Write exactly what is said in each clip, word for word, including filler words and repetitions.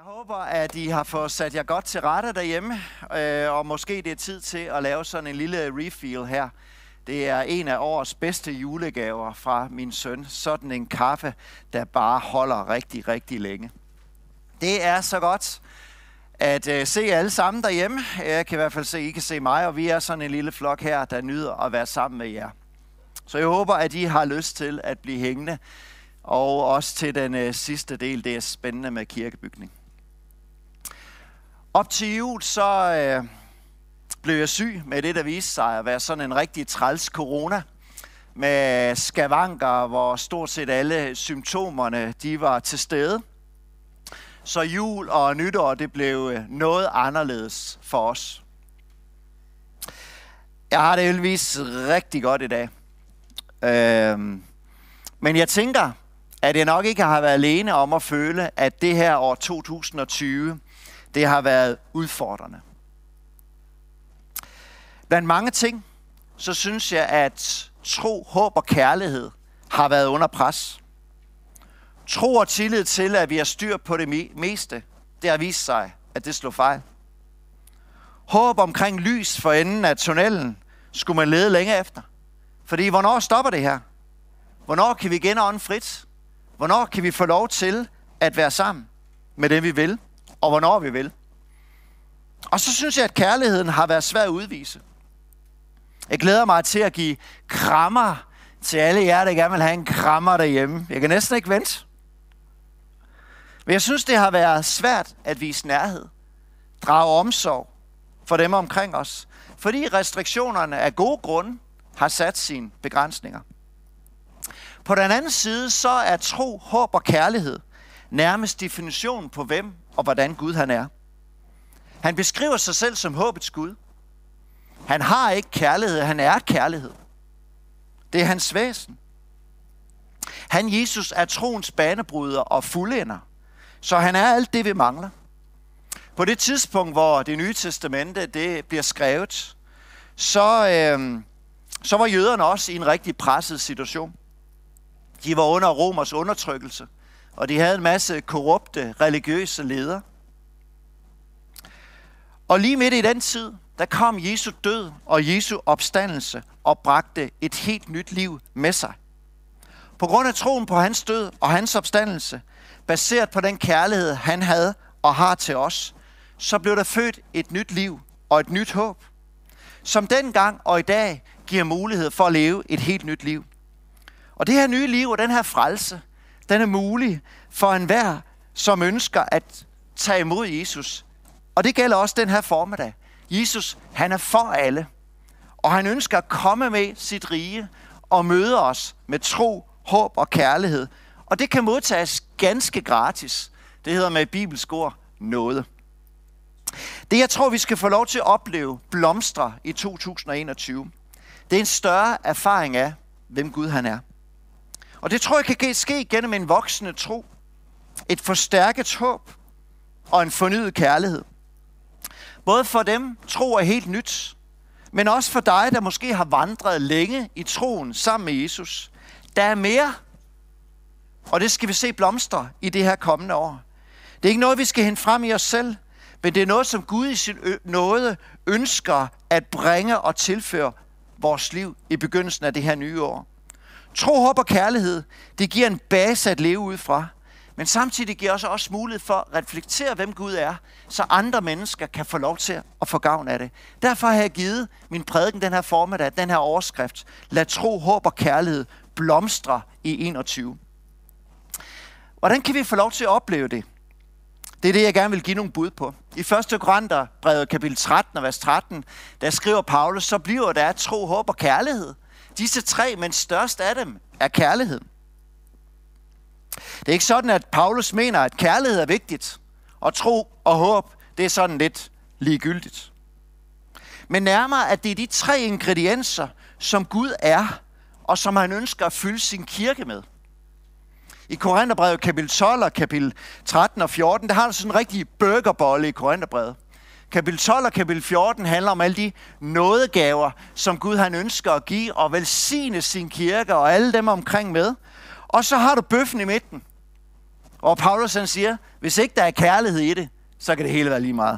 Jeg håber, at I har fået sat jer godt til rette derhjemme, øh, og måske det er tid til at lave sådan en lille refill her. Det er en af årets bedste julegaver fra min søn. Sådan en kaffe, der bare holder rigtig, rigtig længe. Det er så godt at øh, se alle sammen derhjemme. Jeg kan i hvert fald se, at I kan se mig, og vi er sådan en lille flok her, der nyder at være sammen med jer. Så jeg håber, at I har lyst til at blive hængende. Og også til den øh, sidste del, det er spændende med kirkebygning. Op til jul, så øh, blev jeg syg med det, der viste sig at være sådan en rigtig træls corona. Med skavanker, hvor stort set alle symptomerne, de var til stede. Så jul og nytår, det blev noget anderledes for os. Jeg har det heldigvis rigtig godt i dag. Øh, men jeg tænker, at jeg nok ikke har været alene om at føle, at det her år to tusind og tyve, det har været udfordrende. Blandt mange ting, så synes jeg, at tro, håb og kærlighed har været under pres. Tro og tillid til, at vi har styr på det meste, det har vist sig, at det slog fejl. Håb omkring lys for enden af tunnelen skulle man lede længe efter. Fordi hvornår stopper det her? Hvornår kan vi igen ånde frit? Hvornår kan vi få lov til at være sammen med det, vi vil, og hvornår vi vil? Og så synes jeg, at kærligheden har været svær at udvise. Jeg glæder mig til at give krammer til alle jer, der gerne vil have en krammer derhjemme. Jeg kan næsten ikke vente. Men jeg synes, det har været svært at vise nærhed, drage omsorg for dem omkring os, fordi restriktionerne af gode grunde har sat sine begrænsninger. På den anden side, så er tro, håb og kærlighed nærmest definitionen på hvem og hvordan Gud han er. Han beskriver sig selv som håbets Gud. Han har ikke kærlighed, han er kærlighed. Det er hans væsen. Han, Jesus, er troens banebryder og fuldender, så han er alt det, vi mangler. På det tidspunkt, hvor det nye testamente det bliver skrevet, så, øh, så var jøderne også i en rigtig presset situation. De var under Romers undertrykkelse, og de havde en masse korrupte, religiøse ledere. Og lige midt i den tid, der kom Jesu død og Jesu opstandelse og bragte et helt nyt liv med sig. På grund af troen på hans død og hans opstandelse, baseret på den kærlighed, han havde og har til os, så blev der født et nyt liv og et nyt håb, som dengang og i dag giver mulighed for at leve et helt nyt liv. Og det her nye liv og den her frelse, den er mulig for enhver, som ønsker at tage imod Jesus. Og det gælder også den her formiddag. Jesus, han er for alle. Og han ønsker at komme med sit rige og møde os med tro, håb og kærlighed. Og det kan modtages ganske gratis. Det hedder med bibelsk ord nåde. Det jeg tror, vi skal få lov til at opleve blomstre i to tusind og enogtyve, det er en større erfaring af, hvem Gud han er. Og det tror jeg kan ske gennem en voksende tro, et forstærket håb og en fornyet kærlighed. Både for dem, tro er helt nyt, men også for dig, der måske har vandret længe i troen sammen med Jesus. Der er mere, og det skal vi se blomstre i det her kommende år. Det er ikke noget, vi skal hente frem i os selv, men det er noget, som Gud i sin nåde ønsker at bringe og tilføre vores liv i begyndelsen af det her nye år. Tro, håb og kærlighed, det giver en base at leve ud fra, men samtidig giver os også mulighed for at reflektere, hvem Gud er, så andre mennesker kan få lov til at få gavn af det. Derfor har jeg givet min prædiken den her formiddag, den her overskrift, lad tro, håb og kærlighed blomstre i enogtyve. Hvordan kan vi få lov til at opleve det? Det er det, jeg gerne vil give nogle bud på. I første Korintherbrevet kapitel tretten og vers tretten, der skriver Paulus, så bliver der tro, håb og kærlighed. Disse tre, men størst af dem, er kærligheden. Det er ikke sådan, at Paulus mener, at kærlighed er vigtigt, og tro og håb, det er sådan lidt ligegyldigt. Men nærmere, at det er de tre ingredienser, som Gud er, og som han ønsker at fylde sin kirke med. I Korintherbrevet kapitel tolv og kapitel tretten og fjorten, der har du sådan en rigtig burgerbolle i Korintherbrevet. Kapitel tolv og kapitel fjorten handler om alle de nådegaver, som Gud han ønsker at give og velsigne sin kirke og alle dem omkring med. Og så har du bøffen i midten. Og Paulus han siger, hvis ikke der er kærlighed i det, så kan det hele være lige meget.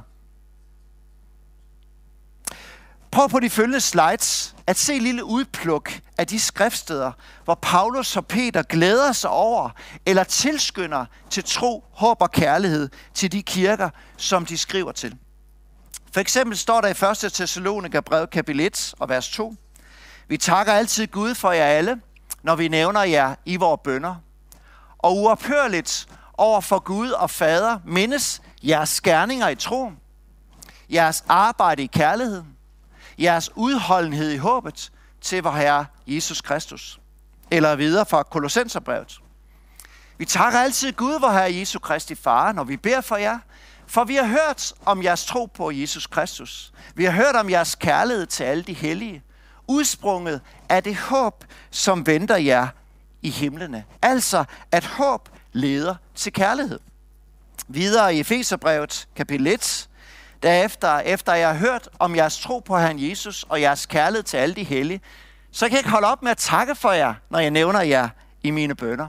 Prøv på de følgende slides at se et lille udpluk af de skriftsteder, hvor Paulus og Peter glæder sig over eller tilskynder til tro, håb og kærlighed til de kirker, som de skriver til. For eksempel står der i første Thessalonikerbrev kapitel et og vers to. Vi takker altid Gud for jer alle, når vi nævner jer i vores bønner. Og uophørligt over for Gud og Fader mindes jeres gerninger i troen, jeres arbejde i kærligheden, jeres udholdenhed i håbet til vor Herre Jesus Kristus. Eller videre fra Kolossenserbrevet. Vi takker altid Gud, vor Herre Jesus Kristi Far, når vi beder for jer, for vi har hørt om jeres tro på Jesus Kristus. Vi har hørt om jeres kærlighed til alle de hellige, udsprunget af det håb, som venter jer i himlene. Altså, at håb leder til kærlighed. Videre i Efeserbrevet kapitel et, derefter, efter jeg har hørt om jeres tro på Herren Jesus og jeres kærlighed til alle de hellige, så kan jeg ikke holde op med at takke for jer, når jeg nævner jer i mine bønner.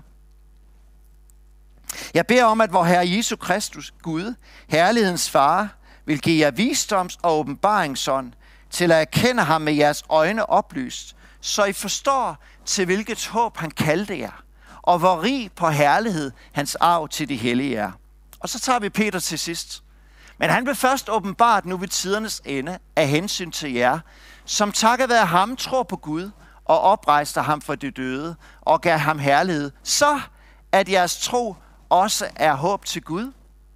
Jeg beder om, at vor Herre Jesus Kristus, Gud, herlighedens Far, vil give jer visdoms- og åbenbaringsånd til at erkende ham med jeres øjne oplyst, så I forstår, til hvilket håb han kaldte jer, og hvor rig på herlighed hans arv til de hellige er. Og så tager vi Peter til sidst. Men han blev først åbenbart nu ved tidernes ende af hensyn til jer, som takket være ham tror på Gud og oprejste ham for de døde og gav ham herlighed, så at jeres tro også er håb til Gud.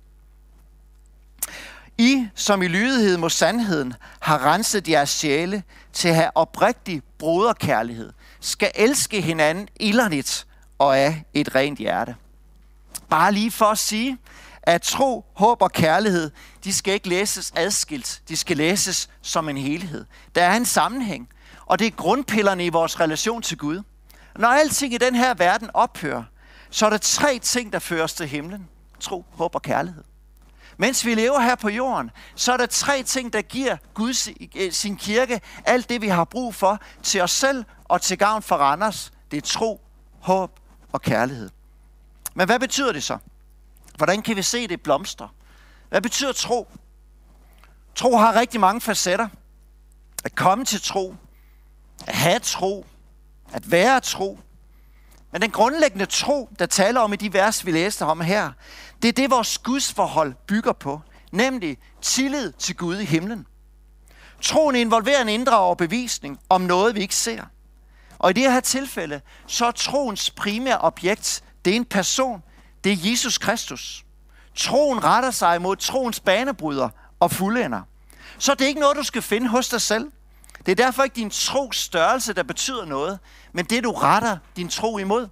I, som i lydighed mod sandheden, har renset jeres sjæle til at have oprigtig broderkærlighed, skal elske hinanden ilderligt og af et rent hjerte. Bare lige for at sige, at tro, håb og kærlighed, de skal ikke læses adskilt. De skal læses som en helhed. Der er en sammenhæng, og det er grundpillerne i vores relation til Gud. Når alting i den her verden ophører, så er der tre ting, der fører os til himlen. Tro, håb og kærlighed. Mens vi lever her på jorden, så er der tre ting, der giver Gud sin kirke alt det, vi har brug for til os selv og til gavn for Randers. Det er tro, håb og kærlighed. Men hvad betyder det så? Hvordan kan vi se det blomstre? Hvad betyder tro? Tro har rigtig mange facetter. At komme til tro, at have tro, at være tro. Men den grundlæggende tro, der taler om i de vers, vi læste om her, det er det, vores gudsforhold bygger på, nemlig tillid til Gud i himlen. Troen involverer en indre overbevisning om noget, vi ikke ser. Og i det her tilfælde, så er troens primære objekt, det er en person, det er Jesus Kristus. Troen retter sig mod troens banebryder og fuldender. Så det er ikke noget, du skal finde hos dig selv. Det er derfor ikke din tros størrelse, der betyder noget, men det, du retter din tro imod.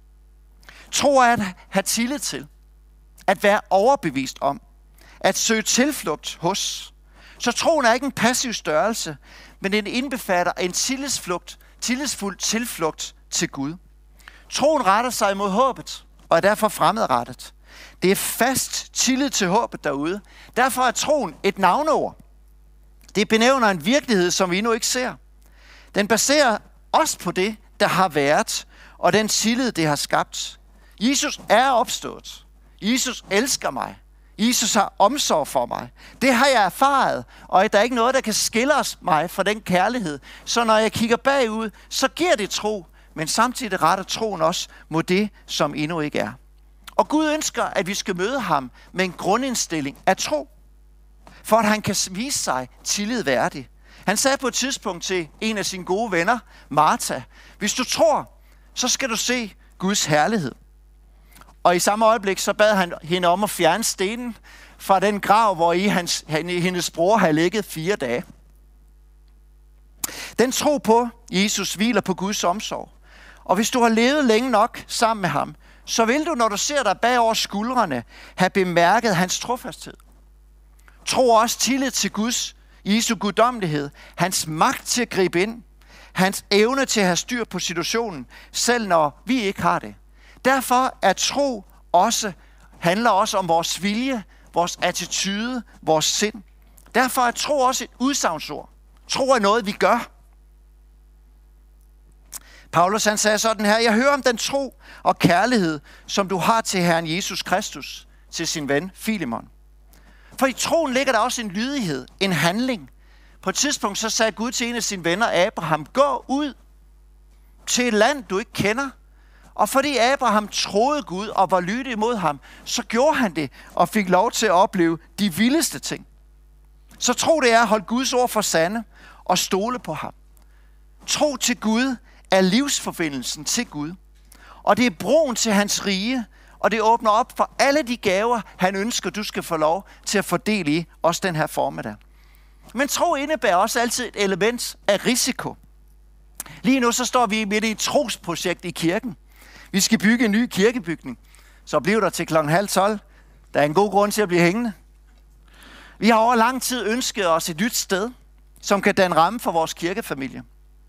Tro er at have tillid til, at være overbevist om, at søge tilflugt hos. Så troen er ikke en passiv størrelse, men den indbefatter en tillidsflugt, tillidsfuld tilflugt til Gud. Troen retter sig imod håbet, og er derfor fremadrettet. Det er fast tillid til håbet derude. Derfor er troen et navneord. Det benævner en virkelighed, som vi endnu ikke ser. Den baserer også på det, der har været, og den tillid, det har skabt. Jesus er opstået. Jesus elsker mig. Jesus har omsorg for mig. Det har jeg erfaret, og der er ikke noget, der kan skille os mig fra den kærlighed. Så når jeg kigger bagud, så giver det tro, men samtidig retter troen også mod det, som endnu ikke er. Og Gud ønsker, at vi skal møde ham med en grundindstilling af tro, for at han kan vise sig tillid værdig. Han sagde på et tidspunkt til en af sine gode venner, Martha, hvis du tror, så skal du se Guds herlighed. Og i samme øjeblik, så bad han hende om at fjerne stenen fra den grav, hvor i hans, hendes bror havde ligget fire dage. Den tro på Jesus hviler på Guds omsorg. Og hvis du har levet længe nok sammen med ham, så vil du, når du ser dig bag over skuldrene, have bemærket hans trofasthed. Tro også tillid til Guds, Jesu guddommelighed, hans magt til at gribe ind, hans evne til at have styr på situationen, selv når vi ikke har det. Derfor er tro også, handler også om vores vilje, vores attitude, vores sind. Derfor er tro også et udsagnsord. Tro er noget, vi gør. Paulus han sagde sådan her: jeg hører om den tro og kærlighed, som du har til Herren Jesus Kristus, til sin ven Filemon. For i troen ligger der også en lydighed, en handling. På et tidspunkt så sagde Gud til en af sine venner, Abraham, gå ud til et land, du ikke kender. Og fordi Abraham troede Gud og var lydig imod ham, så gjorde han det og fik lov til at opleve de vildeste ting. Så tro det er at holde Guds ord for sande og stole på ham. Tro til Gud er livsforbindelsen til Gud. Og det er broen til hans rige, og det åbner op for alle de gaver, han ønsker, du skal få lov til at fordele i, også den her formiddag. Men tro indebærer også altid et element af risiko. Lige nu så står vi midt i et trosprojekt i kirken. Vi skal bygge en ny kirkebygning. Så bliver der til klokken halv tolv. Der er en god grund til at blive hængende. Vi har over lang tid ønsket os et nyt sted, som kan danne ramme for vores kirkefamilie.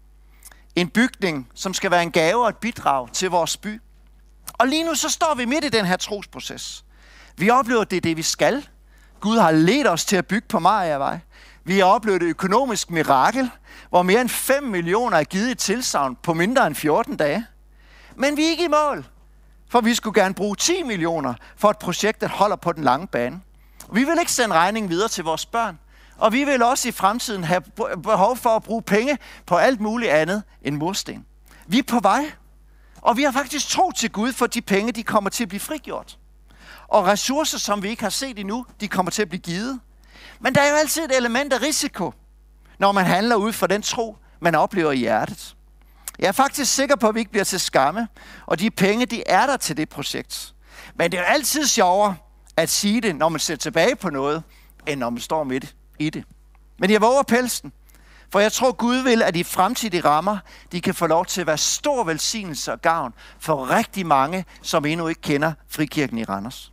En bygning, som skal være en gave og et bidrag til vores by. Og lige nu så står vi midt i den her trosproces. Vi oplever, at det er det, vi skal. Gud har ledt os til at bygge på Mariavej. Vi har oplevet et økonomisk mirakel, hvor mere end fem millioner er givet i tilsagn på mindre end fjorten dage. Men vi er ikke i mål, for vi skulle gerne bruge ti millioner for et projekt, der holder på den lange bane. Vi vil ikke sende regningen videre til vores børn, og vi vil også i fremtiden have behov for at bruge penge på alt muligt andet end mursten. Vi er på vej, og vi har faktisk tro til Gud, for de penge, de kommer til at blive frigjort. Og ressourcer, som vi ikke har set endnu, de kommer til at blive givet. Men der er jo altid et element af risiko, når man handler ud fra den tro, man oplever i hjertet. Jeg er faktisk sikker på, at vi ikke bliver til skamme, og de penge, de er der til det projekt. Men det er jo altid sjovere at sige det, når man ser tilbage på noget, end når man står midt i det. Men jeg våger pelsen, for jeg tror, Gud vil, at de fremtidige rammer, de kan få lov til at være stor velsignelse og gavn for rigtig mange, som endnu ikke kender Frikirken i Randers.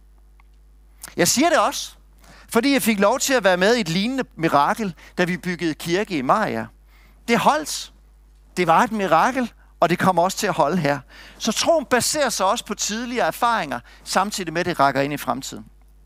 Jeg siger det også, fordi jeg fik lov til at være med i et lignende mirakel, da vi byggede kirke i Maria. Det holdt. Det var et mirakel, og det kommer også til at holde her. Så troen baserer sig også på tidligere erfaringer, samtidig med, at det rækker ind i fremtiden.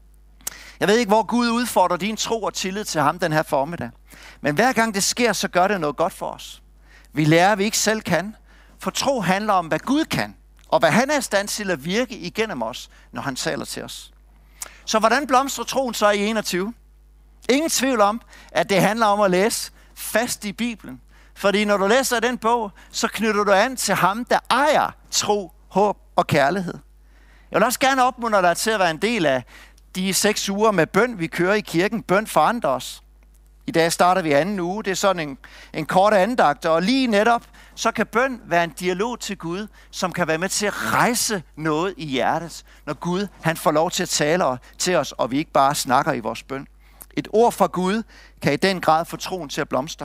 Jeg ved ikke, hvor Gud udfordrer din tro og tillid til ham den her formiddag. Men hver gang det sker, så gør det noget godt for os. Vi lærer, at vi ikke selv kan. For tro handler om, hvad Gud kan, og hvad han er i stand til at virke igennem os, når han taler til os. Så hvordan blomstrer troen så i enogtyve? Ingen tvivl om, at det handler om at læse fast i Bibelen. Fordi når du læser den bog, så knytter du an til ham, der ejer tro, håb og kærlighed. Jeg vil også gerne opmuntre dig til at være en del af de seks uger med bøn, vi kører i kirken. Bøn forandrer os. I dag starter vi anden uge. Det er sådan en, en kort andagt. Og lige netop, så kan bøn være en dialog til Gud, som kan være med til at rejse noget i hjertet, når Gud han får lov til at tale til os, og vi ikke bare snakker i vores bøn. Et ord fra Gud kan i den grad få troen til at blomstre.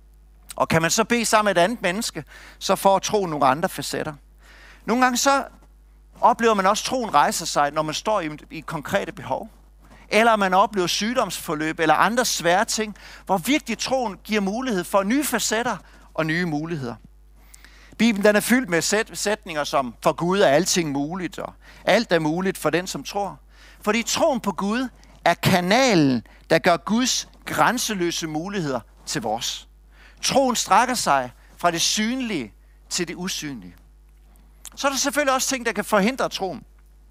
Og kan man så bede sammen med et andet menneske, så får troen nogle andre facetter. Nogle gange så oplever man også, at troen rejser sig, når man står i, i konkrete behov. Eller man oplever sygdomsforløb eller andre svære ting, hvor virkelig troen giver mulighed for nye facetter og nye muligheder. Bibelen den er fyldt med sæt, sætninger som, for Gud er alting muligt, og alt er muligt for den, som tror. Fordi troen på Gud er kanalen, der gør Guds grænseløse muligheder til vores. Troen strækker sig fra det synlige til det usynlige. Så er der selvfølgelig også ting, der kan forhindre troen.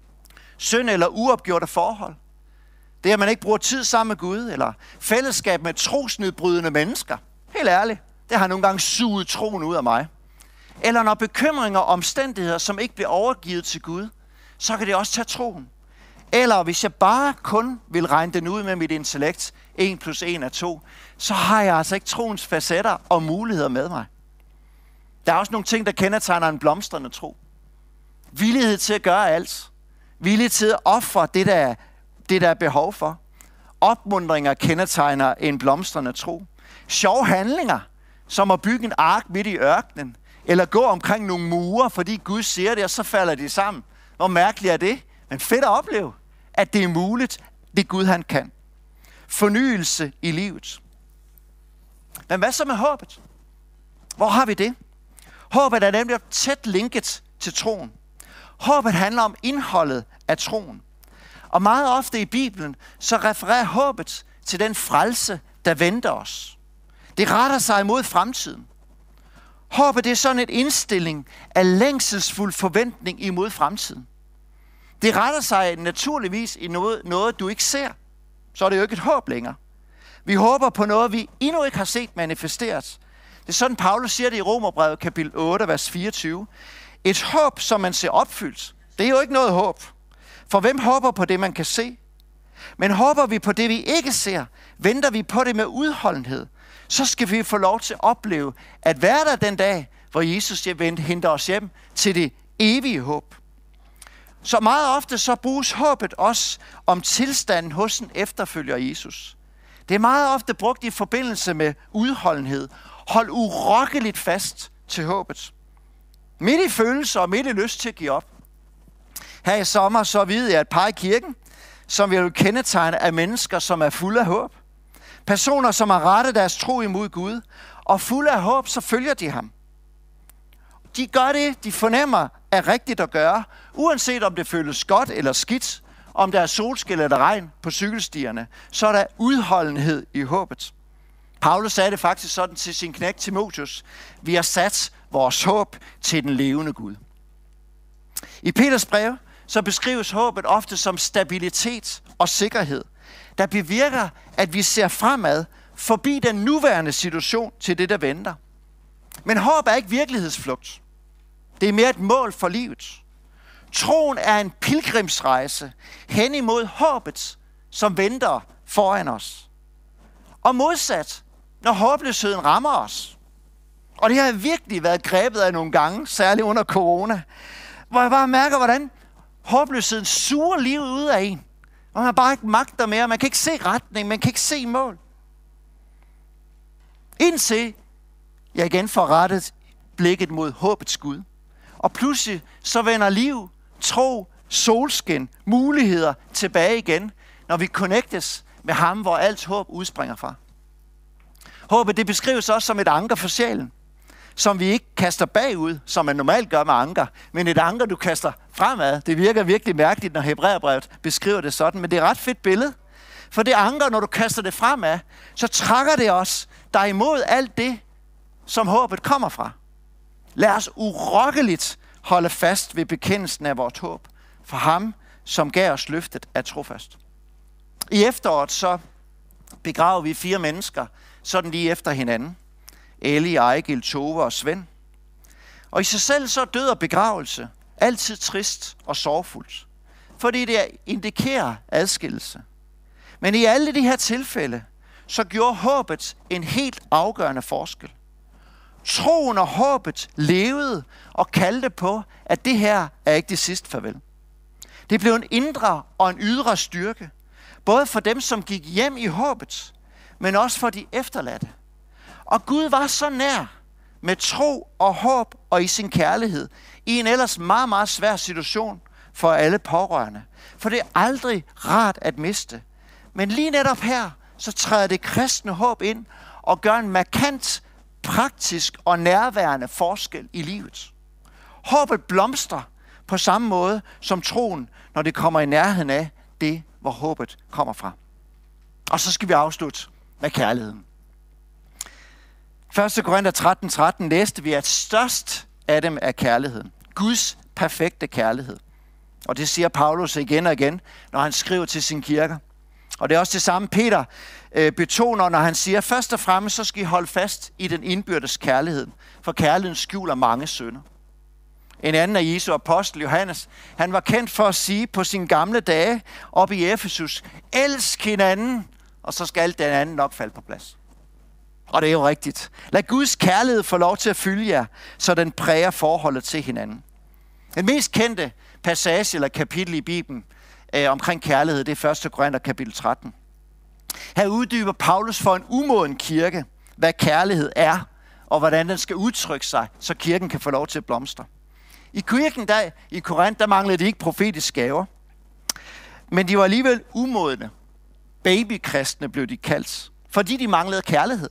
Synd eller uopgjorte forhold. Det, at man ikke bruger tid sammen med Gud, eller fællesskab med trosnedbrydende mennesker. Helt ærligt, det har nogle gange suget troen ud af mig. Eller når bekymringer og omstændigheder, som ikke bliver overgivet til Gud, så kan det også tage troen. Eller hvis jeg bare kun vil regne den ud med mit intellekt, en plus en er to, så har jeg altså ikke troens facetter og muligheder med mig. Der er også nogle ting, der kendetegner en blomstrende tro. Villighed til at gøre alt. Villighed til at ofre det, der er, det, der er behov for. Opmuntringer kendetegner en blomstrende tro. Sjove handlinger, som at bygge en ark midt i ørkenen, eller gå omkring nogle mure, fordi Gud siger det, og så falder de sammen. Hvor mærkeligt er det? Men fedt at opleve, at det er muligt, det Gud han kan. Fornyelse i livet. Men hvad så med håbet? Hvor har vi det? Håbet er nemlig tæt linket til troen. Håbet handler om indholdet af troen. Og meget ofte i Bibelen, så refererer håbet til den frelse, der venter os. Det retter sig imod fremtiden. Håbet det er sådan en indstilling af længselsfuld forventning imod fremtiden. Det retter sig naturligvis i noget, noget, du ikke ser. Så er det jo ikke et håb længere. Vi håber på noget, vi endnu ikke har set manifesteret. Det er sådan, Paulus siger det i Romerbrevet kapitel otte, vers fireogtyve. Et håb, som man ser opfyldt, det er jo ikke noget håb. For hvem håber på det, man kan se? Men håber vi på det, vi ikke ser, venter vi på det med udholdenhed, så skal vi få lov til at opleve, at være der den dag, hvor Jesus henter os hjem til det evige håb. Så meget ofte så bruges håbet også om tilstanden hos en efterfølger af Jesus. Det er meget ofte brugt i forbindelse med udholdenhed. Hold urokkeligt fast til håbet. Midt i følelser og midt i lyst til at give op. Her i sommer så ved jeg et par i kirken, som vil kendetegne af mennesker, som er fulde af håb. Personer, som har rettet deres tro imod Gud, og fulde af håb, så følger de ham. De gør det, de fornemmer er rigtigt at gøre, uanset om det føles godt eller skidt, om der er solskin eller regn på cykelstierne, så er der udholdenhed i håbet. Paulus sagde det faktisk sådan til sin knægt Timotheus: vi har sat vores håb til den levende Gud. I Peters brev så beskrives håbet ofte som stabilitet og sikkerhed, der bevirker, at vi ser fremad forbi den nuværende situation til det, der venter. Men håb er ikke virkelighedsflugt. Det er mere et mål for livet. Troen er en pilgrimsrejse hen imod håbet, som venter foran os. Og modsat, når håbløsheden rammer os, og det har virkelig været grebet af nogle gange, særligt under corona, hvor jeg bare mærker, hvordan håbløsheden suger livet ud af en. Og man bare ikke magter mere, man kan ikke se retning, man kan ikke se mål. Indtil jeg igen får rettet blikket mod håbets Gud. Og pludselig så vender liv, tro, solskin, muligheder tilbage igen, når vi connectes med ham, hvor alt håb udspringer fra. Håbet det beskrives også som et anker for sjælen, som vi ikke kaster bagud, som man normalt gør med anker, men et anker, du kaster fremad. Det virker virkelig mærkeligt, når Hebræerbrevet beskriver det sådan, men det er et ret fedt billede. For det anker, når du kaster det fremad, så trækker det os der imod alt det, som håbet kommer fra. Lad os urokkeligt holde fast ved bekendelsen af vores håb, for ham, som gav os løftet, er trofast. I efteråret så begraver vi fire mennesker, sådan lige efter hinanden. Ellie, Ejgil, Tove og Svend. Og i sig selv så er død og begravelse altid trist og sorgfuldt, fordi det indikerer adskillelse. Men i alle de her tilfælde, så gjorde håbet en helt afgørende forskel. Troen og håbet levede og kaldte på, at det her er ikke det sidste farvel. Det blev en indre og en ydre styrke, både for dem, som gik hjem i håbet, men også for de efterladte. Og Gud var så nær med tro og håb og i sin kærlighed i en ellers meget, meget svær situation for alle pårørende. For det er aldrig rart at miste. Men lige netop her, så træder det kristne håb ind og gør en markant, praktisk og nærværende forskel i livet. Håbet blomstrer på samme måde som troen, når det kommer i nærheden af det, hvor håbet kommer fra. Og så skal vi afslutte med kærligheden. første Korinther tretten tretten læste vi, at størst af dem er kærligheden. Guds perfekte kærlighed. Og det siger Paulus igen og igen, når han skriver til sin kirke. Og det er også det samme, Peter øh, betoner, når han siger, først og fremmest så skal I holde fast i den indbyrdes kærlighed, for kærligheden skjuler mange synder. En anden af Jesu apostel, Johannes, han var kendt for at sige på sine gamle dage op i Efesus, elsk hinanden, og så skal alt den anden nok falde på plads. Og det er jo rigtigt. Lad Guds kærlighed få lov til at fylde jer, så den præger forholdet til hinanden. Den mest kendte passage eller kapitel i Bibelen øh, omkring kærlighed, det er første Korinther kapitel tretten. Her uddyber Paulus for en umoden kirke, hvad kærlighed er, og hvordan den skal udtrykke sig, så kirken kan få lov til at blomstre. I kirken der, i Korinth, der manglede de ikke profetiske gaver, men de var alligevel umodne. Babykristne blev de kaldt, fordi de manglede kærlighed.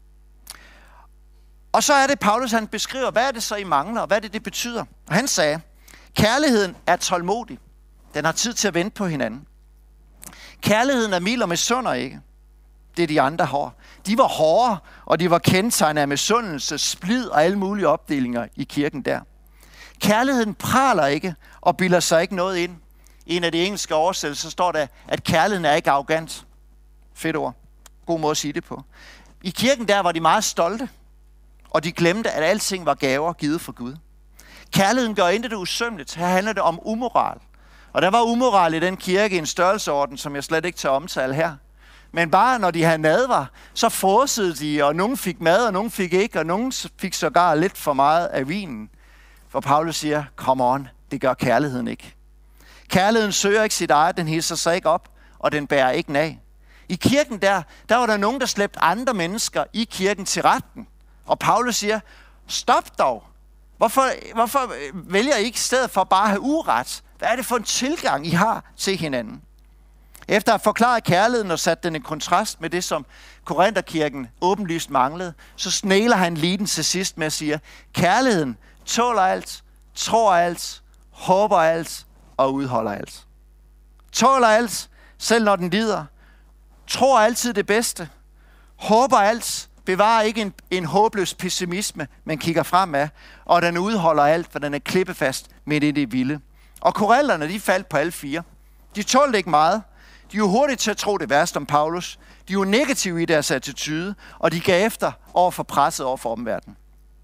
Og så er det, Paulus han beskriver, hvad er det så, I mangler, og hvad det, det betyder. Og han sagde, kærligheden er tålmodig. Den har tid til at vente på hinanden. Kærligheden er mild og misunder ikke. det de andre har. De var hårde, og de var kendetegnet af misundelse, splid og alle mulige opdelinger i kirken der. Kærligheden praler ikke og bilder sig ikke noget ind. I en af de engelske oversættelser står der, at kærligheden er ikke arrogant. Fedt ord. God måde at sige det på. I kirken der var de meget stolte, og de glemte, at alting var gaver givet fra Gud. Kærligheden gør intet usømmeligt. Her handler det om umoral. Og der var umoral i den kirke i en størrelseorden, som jeg slet ikke tør omtale her. Men bare når de havde nadver, så frosede de, og nogen fik mad, og nogen fik ikke, og nogen fik sågar lidt for meget af vinen. For Paulus siger, come on, det gør kærligheden ikke. Kærligheden søger ikke sit eget, den hilser sig ikke op, og den bærer ikke nag. I kirken der, der var der nogen, der slæbte andre mennesker i kirken til retten. Og Paulus siger, stop dog. Hvorfor, hvorfor vælger I ikke i stedet for bare at have uret? Hvad er det for en tilgang, I har til hinanden? Efter at forklare kærligheden og sat den i kontrast med det, som Korinterkirken åbenlyst manglede, så snæler han lige den til sidst med at sige, kærligheden tåler alt, tror alt, håber alt og udholder alt. Tåler alt, selv når den lider. Tror altid det bedste. Håber alt. Bevarer ikke en, en håbløs pessimisme, men kigger fremad. Og den udholder alt, for den er klippefast midt i det vilde. Og korallerne, de faldt på alle fire. De tålte ikke meget. De var hurtigt til at tro det værste om Paulus. De var negative i deres attitude, og de gav efter over for presset over for omverdenen.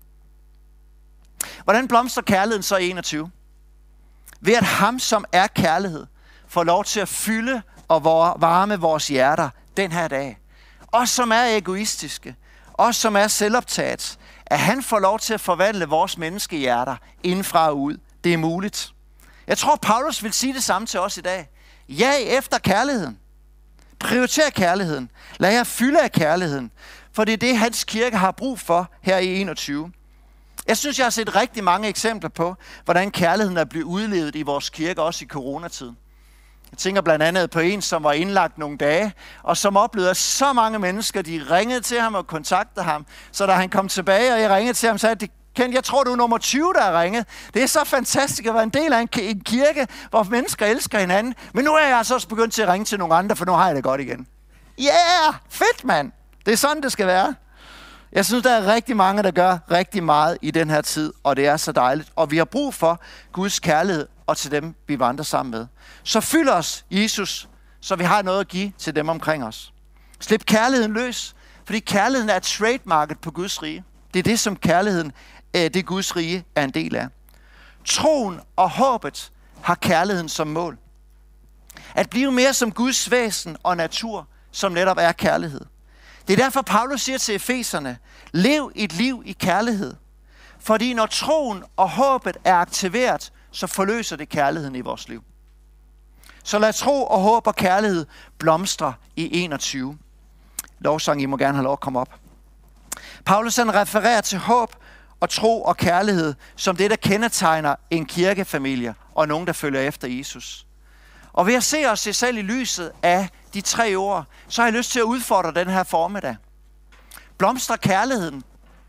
Hvordan blomstrer kærligheden så i enogtyve? Ved at ham, som er kærlighed, får lov til at fylde og varme vores hjerter den her dag. Os, som er egoistiske, os, som er selvoptaget, at han får lov til at forvandle vores menneskehjerter indfra og ud. Det er muligt. Jeg tror, Paulus vil sige det samme til os i dag. Ja, efter kærligheden. Prioriter kærligheden. Lad jer fylde af kærligheden. For det er det, hans kirke har brug for her i enogtyve. Jeg synes, jeg har set rigtig mange eksempler på, hvordan kærligheden er blevet udlevet i vores kirke, også i coronatiden. Jeg tænker blandt andet på en, som var indlagt nogle dage, og som oplevede, at så mange mennesker, de ringede til ham og kontaktede ham. Så da han kom tilbage, og jeg ringede til ham, sagde jeg, Ken, jeg tror, du er nummer tyve, der er ringet. Det er så fantastisk at være en del af en, en kirke, hvor mennesker elsker hinanden. Men nu er jeg altså også begyndt til at ringe til nogle andre, for nu har jeg det godt igen. Ja, yeah, fedt mand! Det er sådan, det skal være. Jeg synes, der er rigtig mange, der gør rigtig meget i den her tid, og det er så dejligt. Og vi har brug for Guds kærlighed, og til dem, vi vandrer sammen med. Så fyld os, Jesus, så vi har noget at give til dem omkring os. Slip kærligheden løs, fordi kærligheden er et trademarket på Guds rige. Det er det, som kærligheden, det Guds rige er en del af. Troen og håbet har kærligheden som mål. At blive mere som Guds væsen og natur, som netop er kærlighed. Det er derfor, Paulus siger til efeserne, lev et liv i kærlighed. Fordi når troen og håbet er aktiveret, så forløser det kærligheden i vores liv. Så lad tro og håb og kærlighed blomstre i enogtyve. Lovsang, I må gerne have lov at komme op. Paulus han refererer til håb og tro og kærlighed som det, der kendetegner en kirkefamilie og nogen, der følger efter Jesus. Og ved at se os selv i lyset af de tre ord, så har jeg lyst til at udfordre den her formiddag. Blomstrer kærligheden?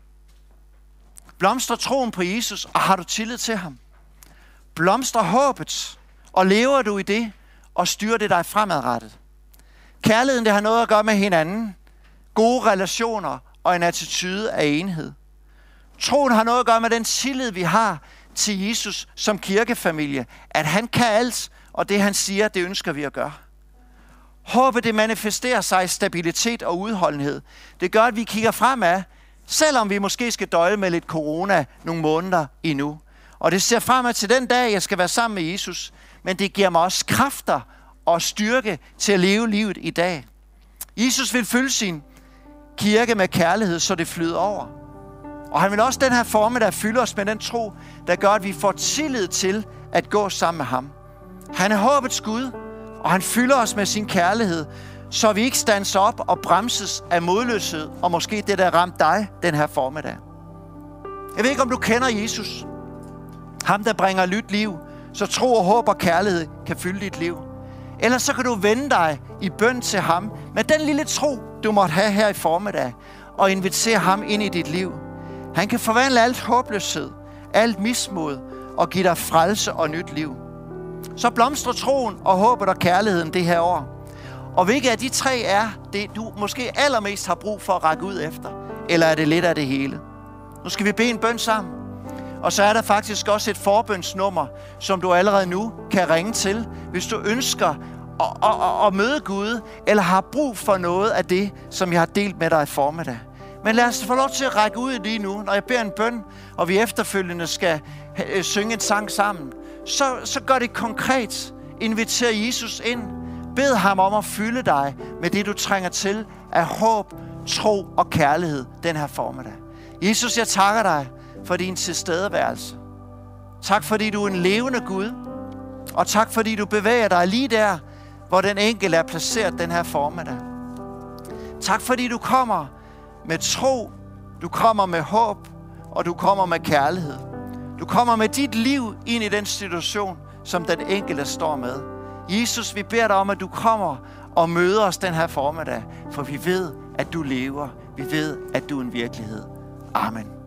Blomstrer troen på Jesus, og har du tillid til ham? Blomstrer håbet, og lever du i det, og styrer det dig fremadrettet? Kærligheden, det har noget at gøre med hinanden, gode relationer og en attitude af enhed. Troen har noget at gøre med den tillid, vi har til Jesus som kirkefamilie, at han kan alt, og det han siger, det ønsker vi at gøre. Håbet, det manifesterer sig i stabilitet og udholdenhed. Det gør, at vi kigger fremad, selvom vi måske skal døje med lidt corona nogle måneder endnu. Og det ser fremad til den dag, jeg skal være sammen med Jesus. Men det giver mig også kræfter og styrke til at leve livet i dag. Jesus vil fylde sin kirke med kærlighed, så det flyder over. Og han vil også den her formiddag fylde os med den tro, der gør, at vi får tillid til at gå sammen med ham. Han er håbets Gud, og han fylder os med sin kærlighed, så vi ikke standser op og bremses af modløshed, og måske det, der ramt dig den her formiddag. Jeg ved ikke, om du kender Jesus. Ham, der bringer nyt liv, så tro og håb og kærlighed kan fylde dit liv. Ellers så kan du vende dig i bøn til ham, med den lille tro, du måtte have her i formiddag, og invitere ham ind i dit liv. Han kan forvandle alt håbløshed, alt mismod, og give dig frelse og nyt liv. Så blomstrer troen og håbet og kærligheden det her år. Og hvilket af de tre er det, du måske allermest har brug for at række ud efter? Eller er det lidt af det hele? Nu skal vi bede en bøn sammen. Og så er der faktisk også et forbønsnummer, som du allerede nu kan ringe til, hvis du ønsker at, at, at møde Gud, eller har brug for noget af det, som jeg har delt med dig i formiddag. Men lad os få lov til at række ud lige nu, når jeg beder en bøn, og vi efterfølgende skal synge en sang sammen. Så, så gør det konkret. Inviter Jesus ind. Bed ham om at fylde dig med det, du trænger til af håb, tro og kærlighed den her formiddag. Jesus, jeg takker dig for din tilstedeværelse. Tak fordi du er en levende Gud. Og tak fordi du bevæger dig lige der, hvor den enkelte er placeret den her formiddag. Tak fordi du kommer med tro, du kommer med håb, og du kommer med kærlighed. Du kommer med dit liv ind i den situation, som den enkelte står med. Jesus, vi beder dig om, at du kommer og møder os den her formiddag, for vi ved, at du lever. Vi ved, at du er en virkelighed. Amen.